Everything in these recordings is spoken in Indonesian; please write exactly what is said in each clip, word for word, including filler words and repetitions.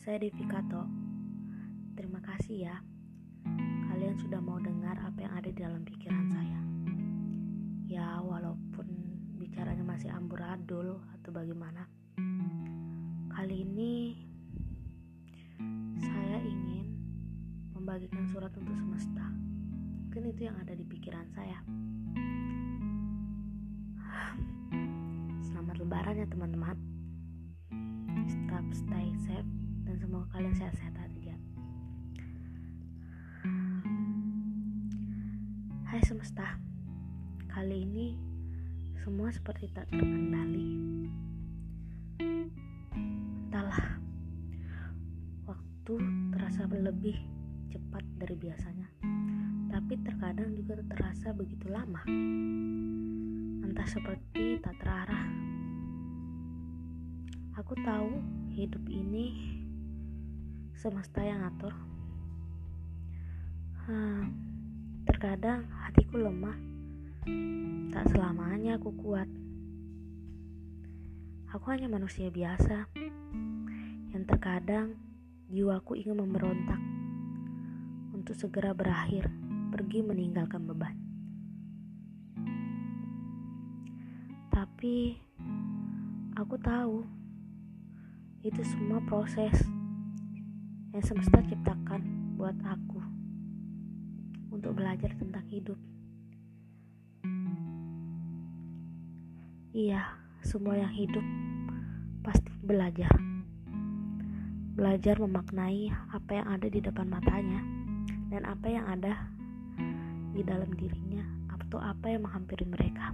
saya Devi Kato. Terima kasih ya, kalian sudah mau dengar apa yang ada di dalam pikiran saya. Ya, walaupun bicaranya masih amburadul atau bagaimana, kali ini saya ingin membagikan surat untuk semesta. Mungkin itu yang ada di pikiran saya. Selamat Lebaran ya teman-teman. Tetap stay safe dan semoga kalian sehat-sehat aja. Hai semesta, kali ini semua seperti tak terkendali. Entahlah, waktu terasa lebih cepat dari biasanya, tapi terkadang juga terasa begitu lama. Entah seperti tak terarah. Aku tahu hidup ini semesta yang atur. Hmm, terkadang hatiku lemah. Tak selamanya aku kuat. Aku hanya manusia biasa yang terkadang jiwaku ingin memberontak untuk segera berakhir, pergi meninggalkan beban. Tapi aku tahu itu semua proses yang semesta ciptakan buat aku untuk belajar tentang hidup. Iya, semua yang hidup pasti belajar. Belajar memaknai apa yang ada di depan matanya dan apa yang ada di dalam dirinya atau apa yang menghampiri mereka.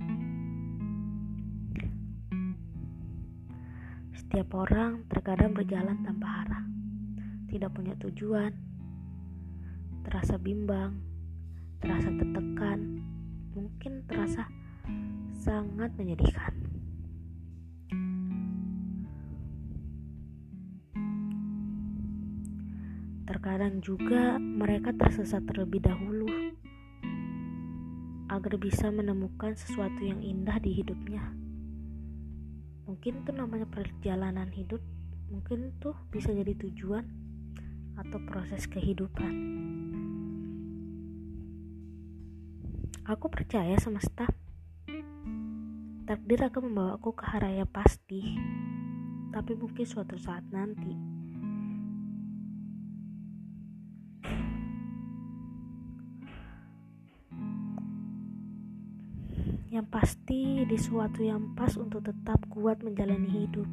Setiap orang terkadang berjalan tanpa arah, tidak punya tujuan, terasa bimbang, terasa tertekan, mungkin terasa sangat menyedihkan. Terkadang juga mereka tersesat terlebih dahulu agar bisa menemukan sesuatu yang indah di hidupnya. Mungkin itu namanya perjalanan hidup, mungkin tuh bisa jadi tujuan atau proses kehidupan. Aku percaya semesta, takdir akan membawaku ke arah yang pasti, tapi mungkin suatu saat nanti. Yang pasti di suatu yang pas untuk tetap kuat menjalani hidup.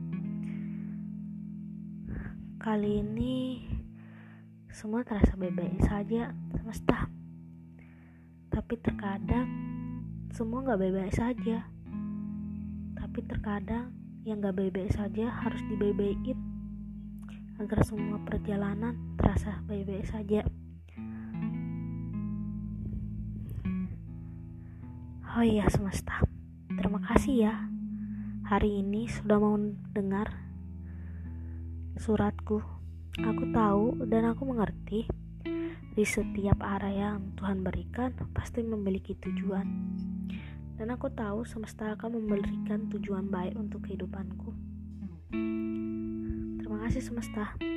Kali ini semua terasa baik-baik saja semesta. Tapi terkadang semua gak baik-baik saja. Tapi terkadang yang gak baik-baik saja harus dibaik-baikin agar semua perjalanan terasa baik-baik saja. Oh iya semesta, terima kasih ya hari ini sudah mau dengar suratku. Aku tahu dan aku mengerti di setiap arah yang Tuhan berikan pasti memiliki tujuan. Dan aku tahu semesta akan memberikan tujuan baik untuk kehidupanku. Terima kasih semesta.